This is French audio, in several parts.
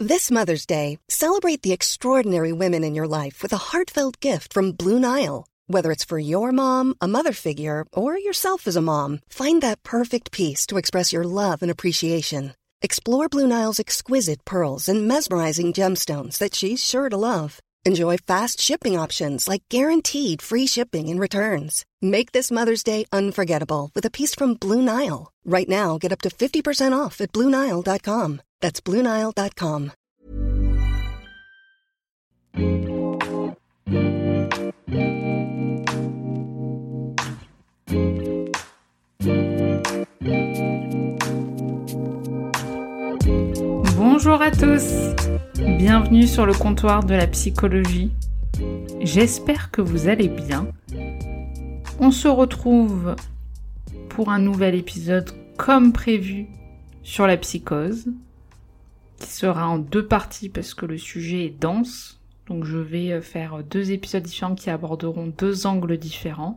This Mother's Day, celebrate the extraordinary women in your life with a heartfelt gift from Blue Nile. Whether it's for your mom, a mother figure, or yourself as a mom, find that perfect piece to express your love and appreciation. Explore Blue Nile's exquisite pearls and mesmerizing gemstones that she's sure to love. Enjoy fast shipping options like guaranteed free shipping and returns. Make this Mother's Day unforgettable with a piece from Blue Nile. Right now, get up to 50% off at BlueNile.com. That's BlueNile.com. Bonjour à tous, bienvenue sur le comptoir de la psychologie. J'espère que vous allez bien. On se retrouve pour un nouvel épisode comme prévu sur la psychose, qui sera en 2 parties parce que le sujet est dense. Donc je vais faire 2 épisodes différents qui aborderont 2 angles différents.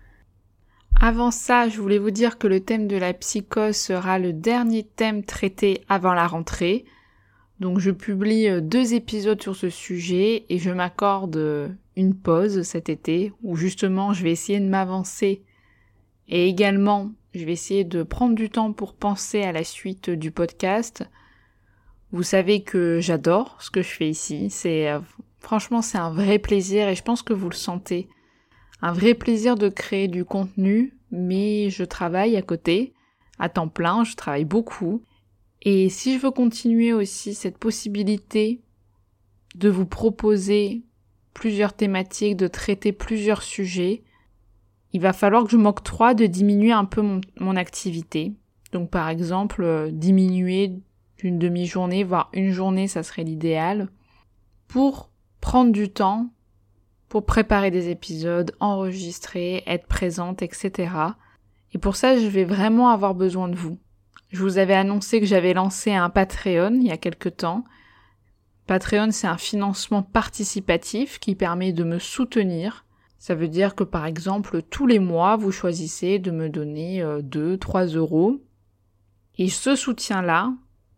Avant ça, je voulais vous dire que le thème de la psychose sera le dernier thème traité avant la rentrée. Donc je publie 2 épisodes sur ce sujet et je m'accorde une pause cet été où justement je vais essayer de m'avancer et également je vais essayer de prendre du temps pour penser à la suite du podcast. Vous savez que j'adore ce que je fais ici, franchement c'est un vrai plaisir et je pense que vous le sentez. Un vrai plaisir de créer du contenu, mais je travaille à côté, à temps plein, je travaille beaucoup. Et si je veux continuer aussi cette possibilité de vous proposer plusieurs thématiques, de traiter plusieurs sujets, il va falloir que je m'octroie de diminuer un peu mon activité. Donc par exemple, diminuer d'une demi-journée, voire une journée, ça serait l'idéal, pour prendre du temps, pour préparer des épisodes, enregistrer, être présente, etc. Et pour ça, je vais vraiment avoir besoin de vous. Je vous avais annoncé que j'avais lancé un Patreon il y a quelque temps. Patreon, c'est un financement participatif qui permet de me soutenir. Ça veut dire que par exemple, tous les mois, vous choisissez de me donner 2-3 euros. Et ce soutien-là,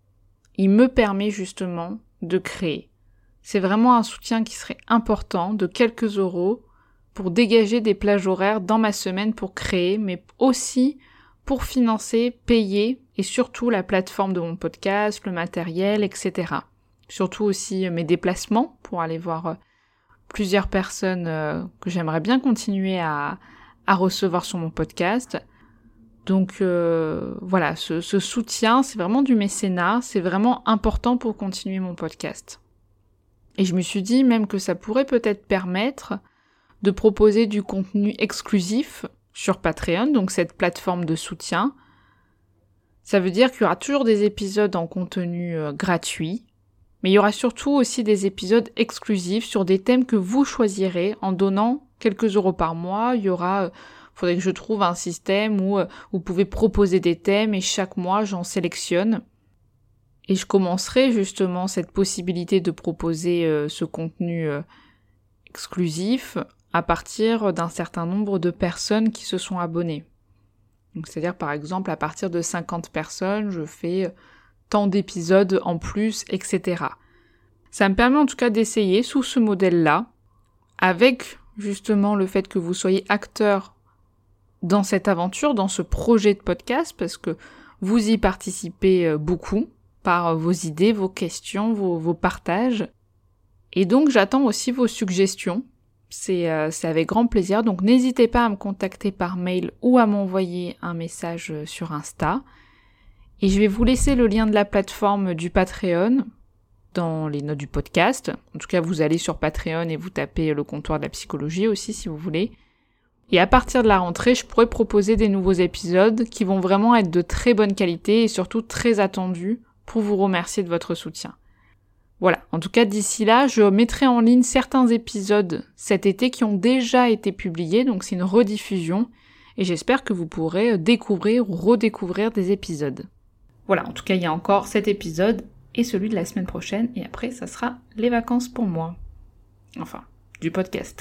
il me permet justement de créer. C'est vraiment un soutien qui serait important de quelques euros pour dégager des plages horaires dans ma semaine pour créer, mais aussi pour financer, payer et surtout la plateforme de mon podcast, le matériel, etc. Surtout aussi mes déplacements pour aller voir plusieurs personnes que j'aimerais bien continuer à recevoir sur mon podcast. Donc voilà, ce soutien, c'est vraiment du mécénat, c'est vraiment important pour continuer mon podcast. Et je me suis dit même que ça pourrait peut-être permettre de proposer du contenu exclusif sur Patreon, donc cette plateforme de soutien. Ça veut dire qu'il y aura toujours des épisodes en contenu gratuit, mais il y aura surtout aussi des épisodes exclusifs sur des thèmes que vous choisirez en donnant quelques euros par mois. Faudrait que je trouve un système où vous pouvez proposer des thèmes et chaque mois j'en sélectionne. Et je commencerai justement cette possibilité de proposer ce contenu exclusif à partir d'un certain nombre de personnes qui se sont abonnées. Donc c'est-à-dire par exemple à partir de 50 personnes, je fais tant d'épisodes en plus, etc. Ça me permet en tout cas d'essayer sous ce modèle-là, avec justement le fait que vous soyez acteur dans cette aventure, dans ce projet de podcast, parce que vous y participez beaucoup par vos idées, vos questions, vos partages. Et donc j'attends aussi vos suggestions. C'est avec grand plaisir, donc n'hésitez pas à me contacter par mail ou à m'envoyer un message sur Insta. Et je vais vous laisser le lien de la plateforme du Patreon dans les notes du podcast. En tout cas, vous allez sur Patreon et vous tapez le comptoir de la psychologie aussi si vous voulez. Et à partir de la rentrée, je pourrai proposer des nouveaux épisodes qui vont vraiment être de très bonne qualité et surtout très attendus pour vous remercier de votre soutien. Voilà, en tout cas d'ici là, je mettrai en ligne certains épisodes cet été qui ont déjà été publiés, donc c'est une rediffusion, et j'espère que vous pourrez découvrir ou redécouvrir des épisodes. Voilà, en tout cas il y a encore cet épisode et celui de la semaine prochaine, et après ça sera les vacances pour moi. Enfin, du podcast.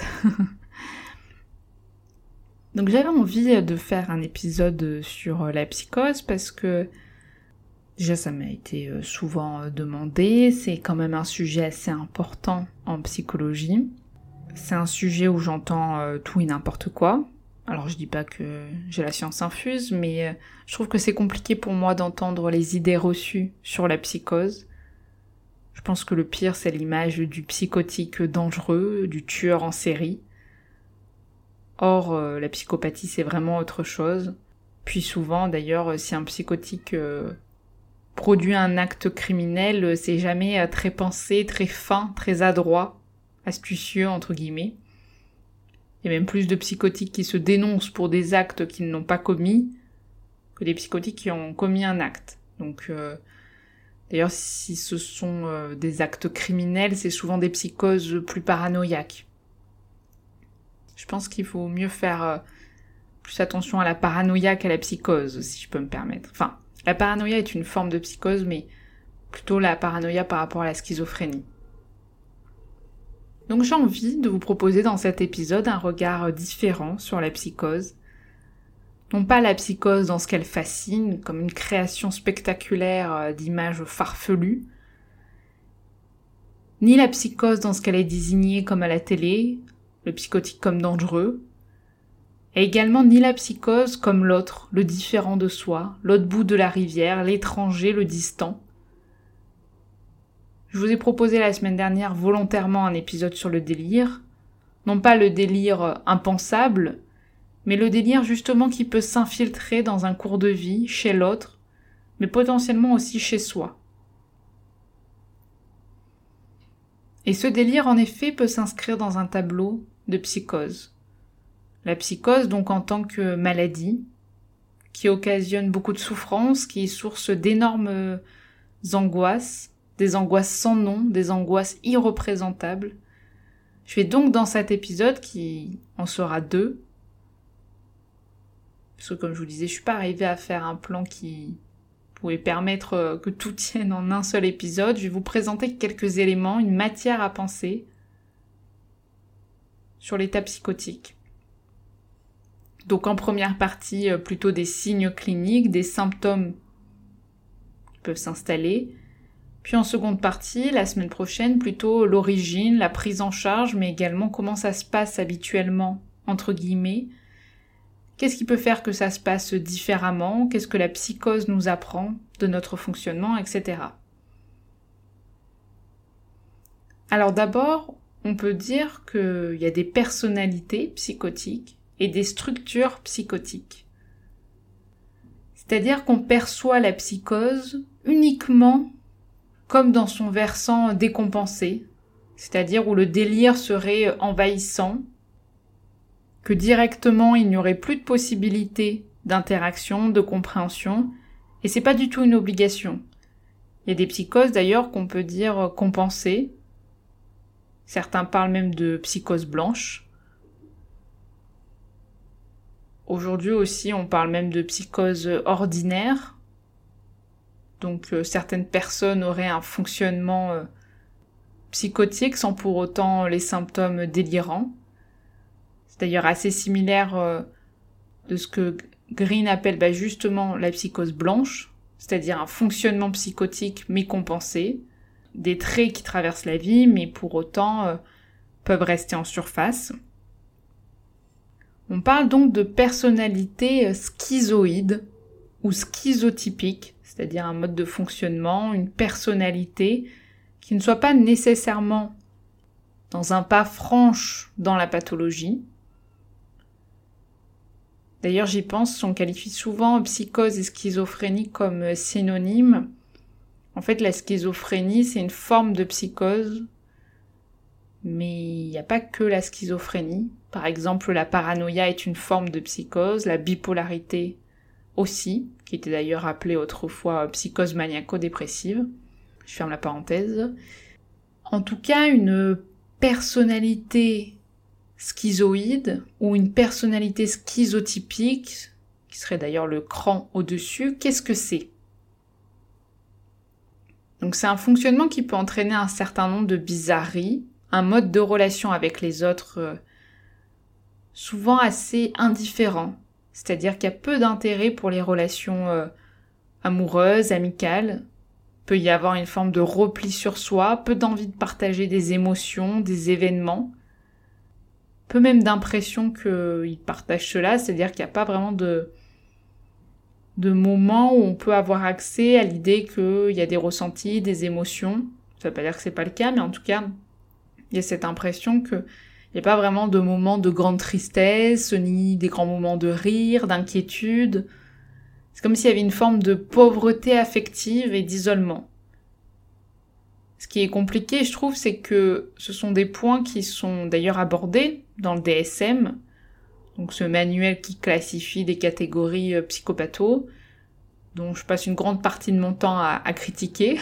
Donc j'avais envie de faire un épisode sur la psychose parce que Déjà, ça m'a été souvent demandé, c'est quand même un sujet assez important en psychologie. C'est un sujet où j'entends tout et n'importe quoi. Alors je dis pas que j'ai la science infuse, mais je trouve que c'est compliqué pour moi d'entendre les idées reçues sur la psychose. Je pense que le pire, c'est l'image du psychotique dangereux, du tueur en série. Or, la psychopathie, c'est vraiment autre chose. Puis souvent, d'ailleurs, si un psychotique produit un acte criminel, c'est jamais très pensé, très fin, très adroit, astucieux, entre guillemets. Il y a même plus de psychotiques qui se dénoncent pour des actes qu'ils n'ont pas commis que des psychotiques qui ont commis un acte. Donc, d'ailleurs, si ce sont des actes criminels, c'est souvent des psychoses plus paranoïaques. Je pense qu'il faut mieux faire plus attention à la paranoïa qu'à la psychose, si je peux me permettre. Enfin, la paranoïa est une forme de psychose, mais plutôt la paranoïa par rapport à la schizophrénie. Donc j'ai envie de vous proposer dans cet épisode un regard différent sur la psychose. Non pas la psychose dans ce qu'elle fascine, comme une création spectaculaire d'images farfelues, ni la psychose dans ce qu'elle est désignée comme à la télé, le psychotique comme dangereux, et également ni la psychose comme l'autre, le différent de soi, l'autre bout de la rivière, l'étranger, le distant. Je vous ai proposé la semaine dernière volontairement un épisode sur le délire, non pas le délire impensable, mais le délire justement qui peut s'infiltrer dans un cours de vie, chez l'autre, mais potentiellement aussi chez soi. Et ce délire, en effet, peut s'inscrire dans un tableau de psychose. La psychose, donc, en tant que maladie, qui occasionne beaucoup de souffrances, qui est source d'énormes angoisses, des angoisses sans nom, des angoisses irreprésentables. Je vais donc, dans cet épisode, qui en sera 2, parce que comme je vous disais, je suis pas arrivée à faire un plan qui pouvait permettre que tout tienne en un seul épisode, je vais vous présenter quelques éléments, une matière à penser sur l'état psychotique. Donc en première partie, plutôt des signes cliniques, des symptômes qui peuvent s'installer. Puis en seconde partie, la semaine prochaine, plutôt l'origine, la prise en charge, mais également comment ça se passe habituellement, entre guillemets. Qu'est-ce qui peut faire que ça se passe différemment? Qu'est-ce que la psychose nous apprend de notre fonctionnement, etc. Alors d'abord, on peut dire qu'il y a des personnalités psychotiques et des structures psychotiques. C'est-à-dire qu'on perçoit la psychose uniquement comme dans son versant décompensé, c'est-à-dire où le délire serait envahissant, que directement il n'y aurait plus de possibilité d'interaction, de compréhension, et c'est pas du tout une obligation. Il y a des psychoses d'ailleurs qu'on peut dire compensées, certains parlent même de psychose blanche. Aujourd'hui aussi, on parle même de psychose ordinaire. Donc certaines personnes auraient un fonctionnement psychotique sans pour autant les symptômes délirants. C'est d'ailleurs assez similaire de ce que Green appelle justement la psychose blanche, c'est-à-dire un fonctionnement psychotique mais compensé, des traits qui traversent la vie mais pour autant peuvent rester en surface. On parle donc de personnalité schizoïde ou schizotypique, c'est-à-dire un mode de fonctionnement, une personnalité qui ne soit pas nécessairement dans un pas franche dans la pathologie. D'ailleurs, j'y pense, on qualifie souvent psychose et schizophrénie comme synonymes. En fait, la schizophrénie, c'est une forme de psychose, mais il n'y a pas que la schizophrénie. Par exemple, la paranoïa est une forme de psychose, la bipolarité aussi, qui était d'ailleurs appelée autrefois psychose maniaco-dépressive. Je ferme la parenthèse. En tout cas, une personnalité schizoïde ou une personnalité schizotypique, qui serait d'ailleurs le cran au-dessus, qu'est-ce que c'est ? Donc c'est un fonctionnement qui peut entraîner un certain nombre de bizarreries, un mode de relation avec les autres souvent assez indifférent, c'est-à-dire qu'il y a peu d'intérêt pour les relations amoureuse, amicale. Peut y avoir une forme de repli sur soi, peu d'envie de partager des émotions, des événements. Peu même d'impression qu'il partage cela, c'est-à-dire qu'il n'y a pas vraiment de moments où on peut avoir accès à l'idée qu'il y a des ressentis, des émotions. Ça ne veut pas dire que c'est pas le cas, mais en tout cas, il y a cette impression qu'il n'y a pas vraiment de moments de grande tristesse, ni des grands moments de rire, d'inquiétude. C'est comme s'il y avait une forme de pauvreté affective et d'isolement. Ce qui est compliqué, je trouve, c'est que ce sont des points qui sont d'ailleurs abordés dans le DSM, donc ce manuel qui classifie des catégories psychopathos, dont je passe une grande partie de mon temps à critiquer.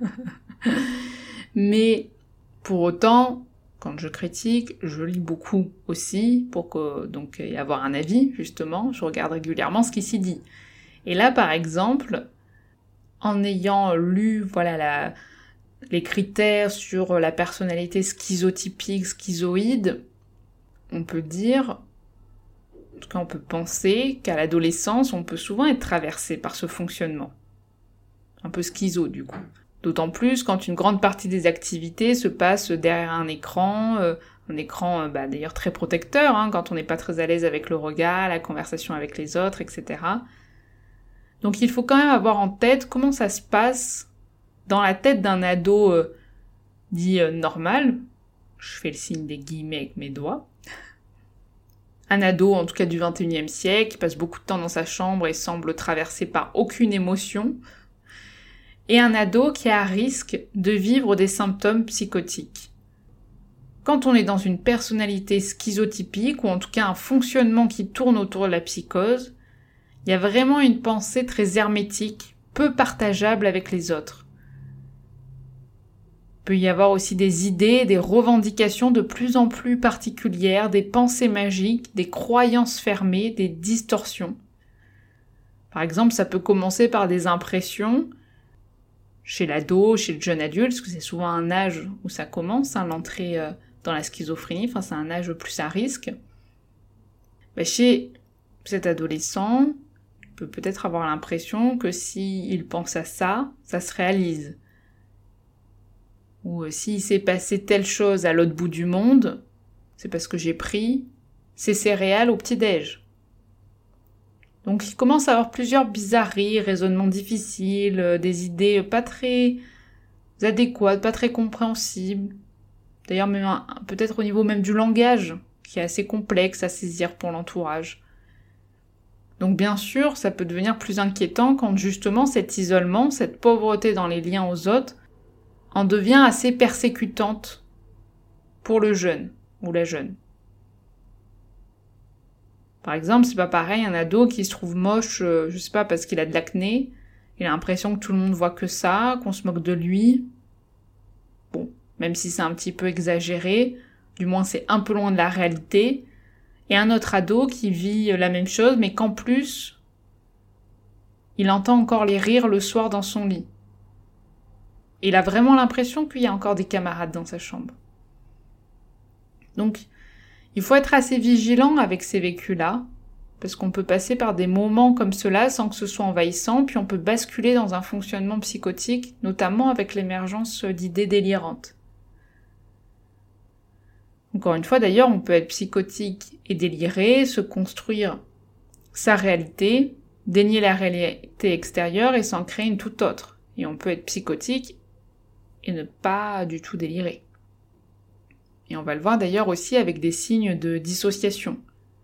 Mais pour autant, quand je critique, je lis beaucoup aussi pour donc y avoir un avis, justement. Je regarde régulièrement ce qui s'y dit. Et là, par exemple, en ayant lu les critères sur la personnalité schizotypique, schizoïde, on peut dire, en tout cas on peut penser qu'à l'adolescence, on peut souvent être traversé par ce fonctionnement. Un peu schizo, du coup. D'autant plus quand une grande partie des activités se passe derrière un écran d'ailleurs très protecteur, quand on n'est pas très à l'aise avec le regard, la conversation avec les autres, etc. Donc il faut quand même avoir en tête comment ça se passe dans la tête d'un ado dit normal. Je fais le signe des guillemets avec mes doigts. Un ado, en tout cas du 21e siècle, qui passe beaucoup de temps dans sa chambre et semble traversé par aucune émotion. Et un ado qui est à risque de vivre des symptômes psychotiques. Quand on est dans une personnalité schizotypique, ou en tout cas un fonctionnement qui tourne autour de la psychose, il y a vraiment une pensée très hermétique, peu partageable avec les autres. Il peut y avoir aussi des idées, des revendications de plus en plus particulières, des pensées magiques, des croyances fermées, des distorsions. Par exemple, ça peut commencer par des impressions chez l'ado, chez le jeune adulte, parce que c'est souvent un âge où ça commence, l'entrée dans la schizophrénie, c'est un âge plus à risque. Chez cet adolescent, il peut peut-être avoir l'impression que s'il pense à ça, ça se réalise. Ou s'il s'est passé telle chose à l'autre bout du monde, c'est parce que j'ai pris ces céréales au petit-déj. Donc il commence à avoir plusieurs bizarreries, raisonnements difficiles, des idées pas très adéquates, pas très compréhensibles. D'ailleurs même peut-être au niveau même du langage, qui est assez complexe à saisir pour l'entourage. Donc bien sûr, ça peut devenir plus inquiétant quand justement cet isolement, cette pauvreté dans les liens aux autres, en devient assez persécutante pour le jeune ou la jeune. Par exemple, c'est pas pareil un ado qui se trouve moche, je sais pas, parce qu'il a de l'acné, il a l'impression que tout le monde voit que ça, qu'on se moque de lui. Bon, même si c'est un petit peu exagéré, du moins c'est un peu loin de la réalité. Et un autre ado qui vit la même chose, mais qu'en plus, il entend encore les rires le soir dans son lit. Et il a vraiment l'impression qu'il y a encore des camarades dans sa chambre. Donc, il faut être assez vigilant avec ces vécus-là, parce qu'on peut passer par des moments comme cela sans que ce soit envahissant, puis on peut basculer dans un fonctionnement psychotique, notamment avec l'émergence d'idées délirantes. Encore une fois, d'ailleurs, on peut être psychotique et délirer, se construire sa réalité, dénier la réalité extérieure et s'en créer une toute autre. Et on peut être psychotique et ne pas du tout délirer. Et on va le voir d'ailleurs aussi avec des signes de dissociation.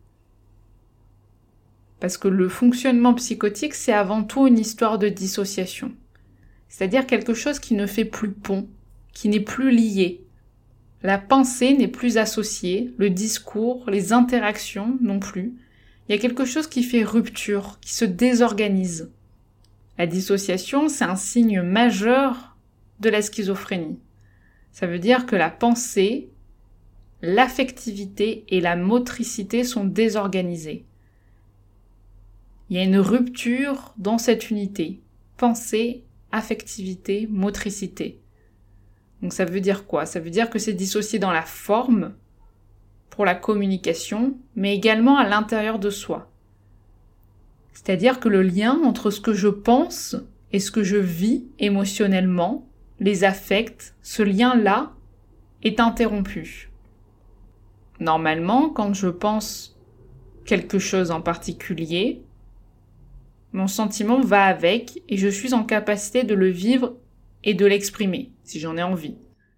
Parce que le fonctionnement psychotique, c'est avant tout une histoire de dissociation. C'est-à-dire quelque chose qui ne fait plus pont, qui n'est plus lié. La pensée n'est plus associée, le discours, les interactions non plus. Il y a quelque chose qui fait rupture, qui se désorganise. La dissociation, c'est un signe majeur de la schizophrénie. Ça veut dire que la pensée, l'affectivité et la motricité sont désorganisées. Il y a une rupture dans cette unité. Pensée, affectivité, motricité. Donc ça veut dire quoi? Ça veut dire que c'est dissocié dans la forme, pour la communication, mais également à l'intérieur de soi. C'est-à-dire que le lien entre ce que je pense et ce que je vis émotionnellement, les affects, ce lien-là est interrompu. Normalement, quand je pense quelque chose en particulier, mon sentiment va avec et je suis en capacité de le vivre et de l'exprimer, si j'en ai envie.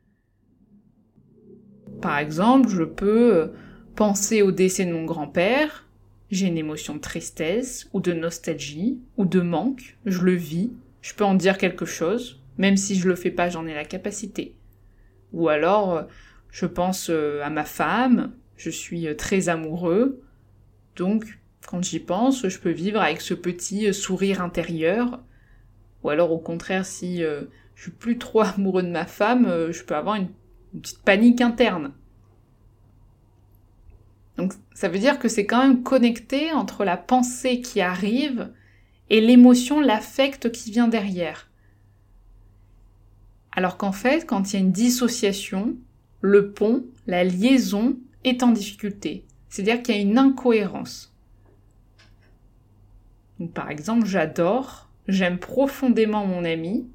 Par exemple, je peux penser au décès de mon grand-père, j'ai une émotion de tristesse, ou de nostalgie, ou de manque, je le vis, je peux en dire quelque chose, même si je le fais pas, j'en ai la capacité. Ou alors, je pense à ma femme, je suis très amoureux, donc quand j'y pense, je peux vivre avec ce petit sourire intérieur. Ou alors au contraire, si je suis plus trop amoureux de ma femme, je peux avoir une petite panique interne. Donc ça veut dire que c'est quand même connecté entre la pensée qui arrive et l'émotion, l'affect qui vient derrière. Alors qu'en fait, quand il y a une dissociation, le pont, la liaison est en difficulté. C'est-à-dire qu'il y a une incohérence. Donc, par exemple, j'aime profondément mon ami,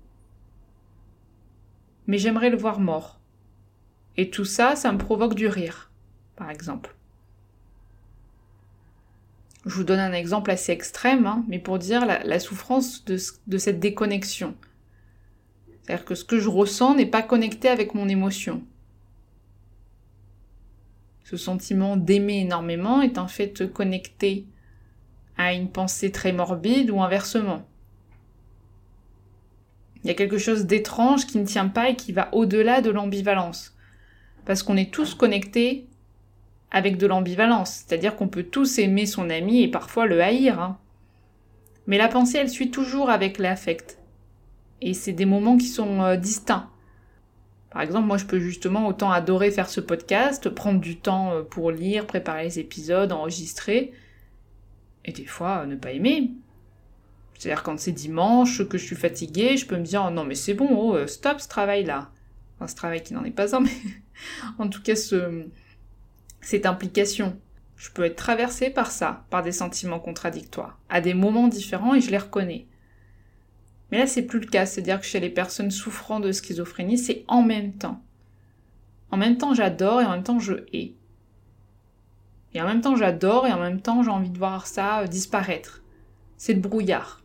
mais j'aimerais le voir mort. Et tout ça, ça me provoque du rire, par exemple. Je vous donne un exemple assez extrême, mais pour dire la souffrance de cette déconnexion. C'est-à-dire que ce que je ressens n'est pas connecté avec mon émotion. Ce sentiment d'aimer énormément est en fait connecté à une pensée très morbide ou inversement. Il y a quelque chose d'étrange qui ne tient pas et qui va au-delà de l'ambivalence. Parce qu'on est tous connectés avec de l'ambivalence. C'est-à-dire qu'on peut tous aimer son ami et parfois le haïr. Mais la pensée, elle suit toujours avec l'affect. Et c'est des moments qui sont distincts. Par exemple, moi je peux justement autant adorer faire ce podcast, prendre du temps pour lire, préparer les épisodes, enregistrer, et des fois ne pas aimer. C'est-à-dire quand c'est dimanche, que je suis fatiguée, je peux me dire « Non mais c'est bon, stop ce travail-là ». Enfin ce travail qui n'en est pas un, mais en tout cas cette implication. Je peux être traversée par ça, par des sentiments contradictoires, à des moments différents et je les reconnais. Mais là, c'est plus le cas, c'est-à-dire que chez les personnes souffrant de schizophrénie, c'est en même temps. En même temps, j'adore et en même temps, je hais. Et en même temps, j'adore et en même temps, j'ai envie de voir ça disparaître. C'est le brouillard.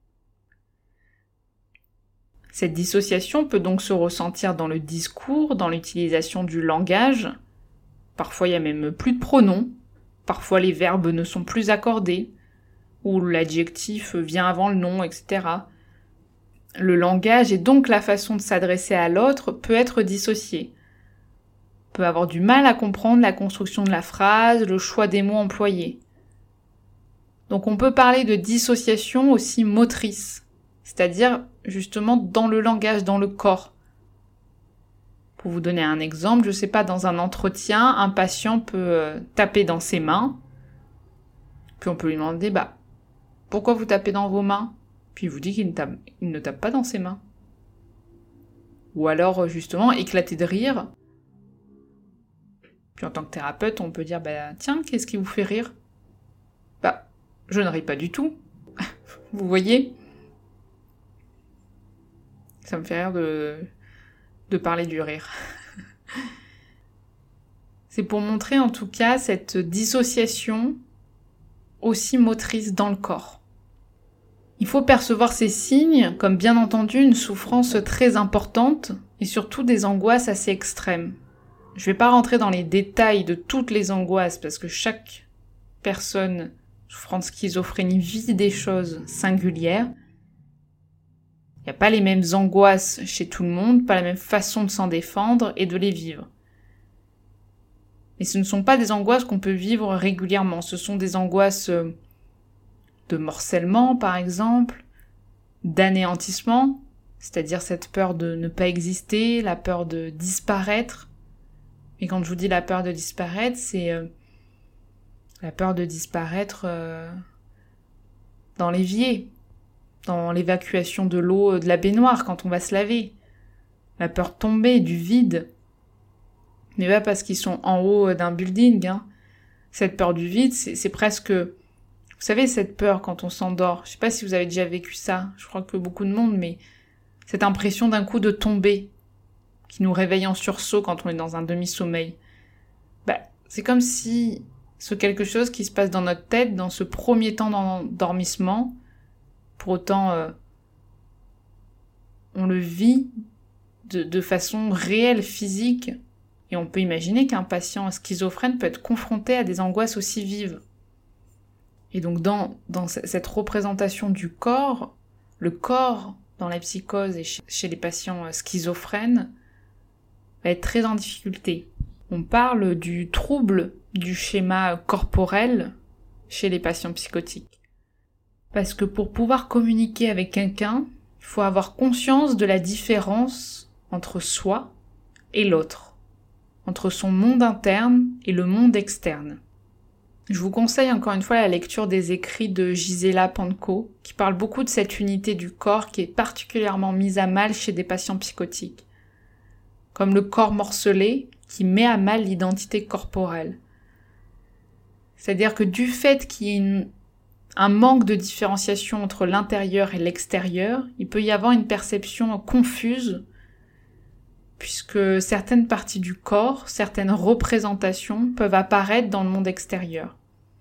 Cette dissociation peut donc se ressentir dans le discours, dans l'utilisation du langage. Parfois, il y a même plus de pronoms. Parfois, les verbes ne sont plus accordés. Ou l'adjectif vient avant le nom, etc. Le langage et donc la façon de s'adresser à l'autre peut être dissocié. On peut avoir du mal à comprendre la construction de la phrase, le choix des mots employés. Donc on peut parler de dissociation aussi motrice, c'est-à-dire justement dans le langage, dans le corps. Pour vous donner un exemple, je sais pas, dans un entretien, un patient peut taper dans ses mains, puis on peut lui demander « Pourquoi vous tapez dans vos mains ?» Puis il vous dit qu'il ne tape pas dans ses mains. Ou alors, justement, éclater de rire. Puis en tant que thérapeute, on peut dire « Tiens, qu'est-ce qui vous fait rire ?» Je ne ris pas du tout. Vous voyez ? Ça me fait rire de parler du rire. C'est pour montrer en tout cas cette dissociation aussi motrice dans le corps. Il faut percevoir ces signes comme bien entendu une souffrance très importante et surtout des angoisses assez extrêmes. Je vais pas rentrer dans les détails de toutes les angoisses parce que chaque personne souffrant de schizophrénie vit des choses singulières. Il n'y a pas les mêmes angoisses chez tout le monde, pas la même façon de s'en défendre et de les vivre. Mais ce ne sont pas des angoisses qu'on peut vivre régulièrement, ce sont des angoisses de morcellement, par exemple, d'anéantissement, c'est-à-dire cette peur de ne pas exister, la peur de disparaître. Et quand je vous dis la peur de disparaître, c'est la peur de disparaître dans l'évier, dans l'évacuation de l'eau de la baignoire quand on va se laver. La peur de tomber, du vide. Mais pas parce qu'ils sont en haut d'un building. Cette peur du vide, c'est presque Vous savez, cette peur quand on s'endort, je sais pas si vous avez déjà vécu ça, je crois que beaucoup de monde, mais cette impression d'un coup de tomber, qui nous réveille en sursaut quand on est dans un demi-sommeil. C'est comme si ce quelque chose qui se passe dans notre tête, dans ce premier temps d'endormissement, pour autant on le vit de façon réelle, physique, et on peut imaginer qu'un patient schizophrène peut être confronté à des angoisses aussi vives. Et donc dans cette représentation du corps, le corps dans la psychose et chez les patients schizophrènes va être très en difficulté. On parle du trouble du schéma corporel chez les patients psychotiques. Parce que pour pouvoir communiquer avec quelqu'un, il faut avoir conscience de la différence entre soi et l'autre, entre son monde interne et le monde externe. Je vous conseille encore une fois la lecture des écrits de Gisela Panko, qui parle beaucoup de cette unité du corps qui est particulièrement mise à mal chez des patients psychotiques. Comme le corps morcelé qui met à mal l'identité corporelle. C'est-à-dire que du fait qu'il y ait un manque de différenciation entre l'intérieur et l'extérieur, il peut y avoir une perception confuse, puisque certaines parties du corps, certaines représentations peuvent apparaître dans le monde extérieur.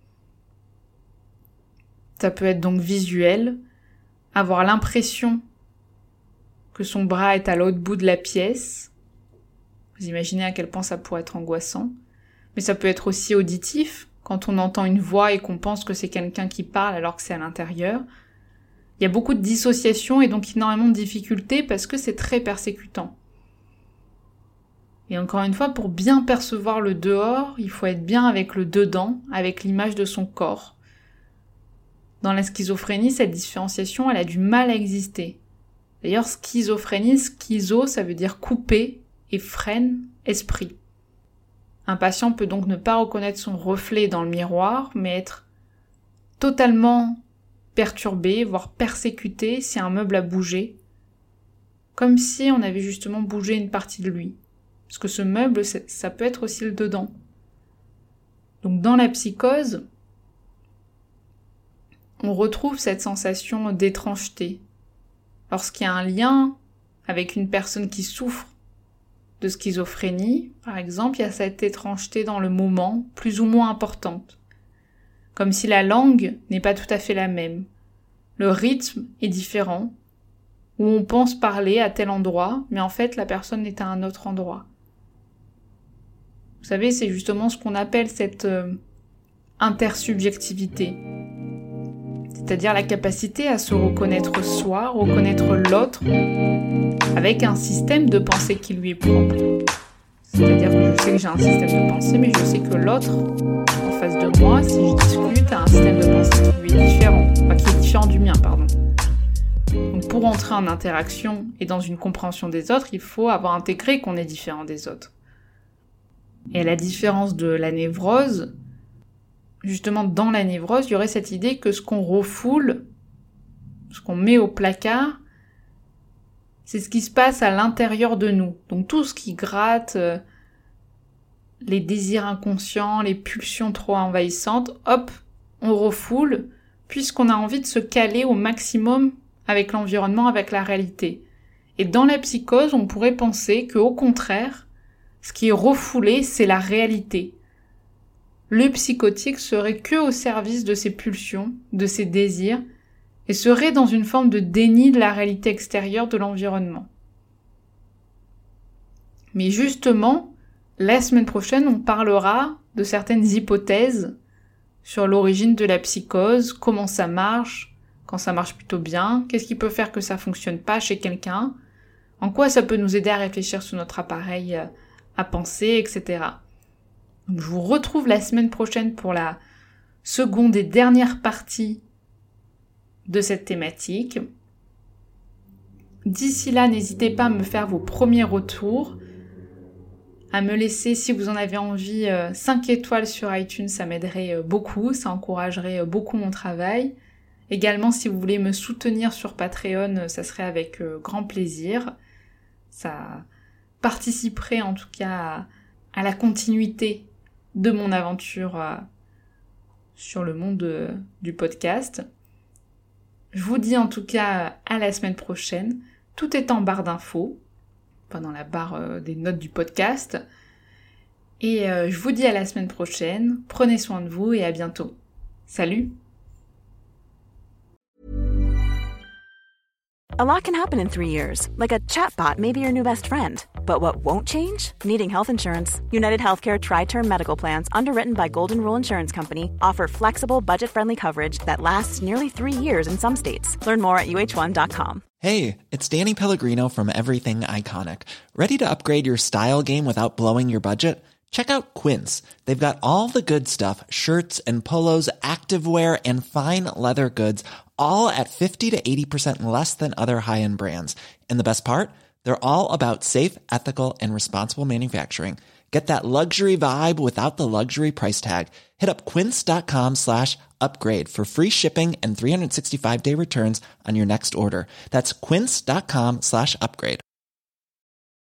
Ça peut être donc visuel, avoir l'impression que son bras est à l'autre bout de la pièce. Vous imaginez à quel point ça pourrait être angoissant. Mais ça peut être aussi auditif, quand on entend une voix et qu'on pense que c'est quelqu'un qui parle alors que c'est à l'intérieur. Il y a beaucoup de dissociation et donc énormément de difficultés parce que c'est très persécutant. Et encore une fois, pour bien percevoir le dehors, il faut être bien avec le dedans, avec l'image de son corps. Dans la schizophrénie, cette différenciation, elle a du mal à exister. D'ailleurs, schizophrénie, schizo, ça veut dire couper et frêne, esprit. Un patient peut donc ne pas reconnaître son reflet dans le miroir, mais être totalement perturbé, voire persécuté si un meuble a bougé, comme si on avait justement bougé une partie de lui. Parce que ce meuble, ça peut être aussi le dedans. Donc dans la psychose, on retrouve cette sensation d'étrangeté. Lorsqu'il y a un lien avec une personne qui souffre de schizophrénie, par exemple, il y a cette étrangeté dans le moment, plus ou moins importante. Comme si la langue n'est pas tout à fait la même. Le rythme est différent, où on pense parler à tel endroit, mais en fait la personne est à un autre endroit. Vous savez, c'est justement ce qu'on appelle cette intersubjectivité. C'est-à-dire la capacité à se reconnaître soi, reconnaître l'autre, avec un système de pensée qui lui est propre. C'est-à-dire que je sais que j'ai un système de pensée, mais je sais que l'autre, en face de moi, si je discute, a un système de pensée qui lui est différent. Enfin, qui est différent du mien, pardon. Donc pour entrer en interaction et dans une compréhension des autres, il faut avoir intégré qu'on est différent des autres. Et à la différence de la névrose, justement dans la névrose, il y aurait cette idée que ce qu'on refoule, ce qu'on met au placard, c'est ce qui se passe à l'intérieur de nous. Donc tout ce qui gratte, les désirs inconscients, les pulsions trop envahissantes, hop, on refoule, puisqu'on a envie de se caler au maximum avec l'environnement, avec la réalité. Et dans la psychose, on pourrait penser qu'au contraire, ce qui est refoulé, c'est la réalité. Le psychotique serait que au service de ses pulsions, de ses désirs, et serait dans une forme de déni de la réalité extérieure de l'environnement. Mais justement, la semaine prochaine, on parlera de certaines hypothèses sur l'origine de la psychose, comment ça marche, quand ça marche plutôt bien, qu'est-ce qui peut faire que ça fonctionne pas chez quelqu'un, en quoi ça peut nous aider à réfléchir sur notre appareil à penser, etc. Donc, je vous retrouve la semaine prochaine pour la seconde et dernière partie de cette thématique. D'ici là, n'hésitez pas à me faire vos premiers retours, à me laisser, si vous en avez envie, 5 étoiles sur iTunes, ça m'aiderait beaucoup, ça encouragerait beaucoup mon travail. Également, si vous voulez me soutenir sur Patreon, ça serait avec grand plaisir. Ça participerait en tout cas à la continuité de mon aventure sur le monde du podcast. Je vous dis en tout cas à la semaine prochaine. Tout est en barre d'infos, enfin dans la barre des notes du podcast. Et je vous dis à la semaine prochaine. Prenez soin de vous et à bientôt. Salut! A lot can happen in 3 years, like a chatbot may be your new best friend. But what won't change? Needing health insurance. United Healthcare Tri-Term Medical Plans, underwritten by Golden Rule Insurance Company, offer flexible, budget-friendly coverage that lasts nearly 3 years in some states. Learn more at uh1.com. Hey, it's Danny Pellegrino from Everything Iconic. Ready to upgrade your style game without blowing your budget? Check out Quince. They've got all the good stuff, shirts and polos, activewear, and fine leather goods, all at 50 to 80% less than other high-end brands. And the best part? They're all about safe, ethical, and responsible manufacturing. Get that luxury vibe without the luxury price tag. Hit up quince.com/upgrade for free shipping and 365-day returns on your next order. That's quince.com/upgrade.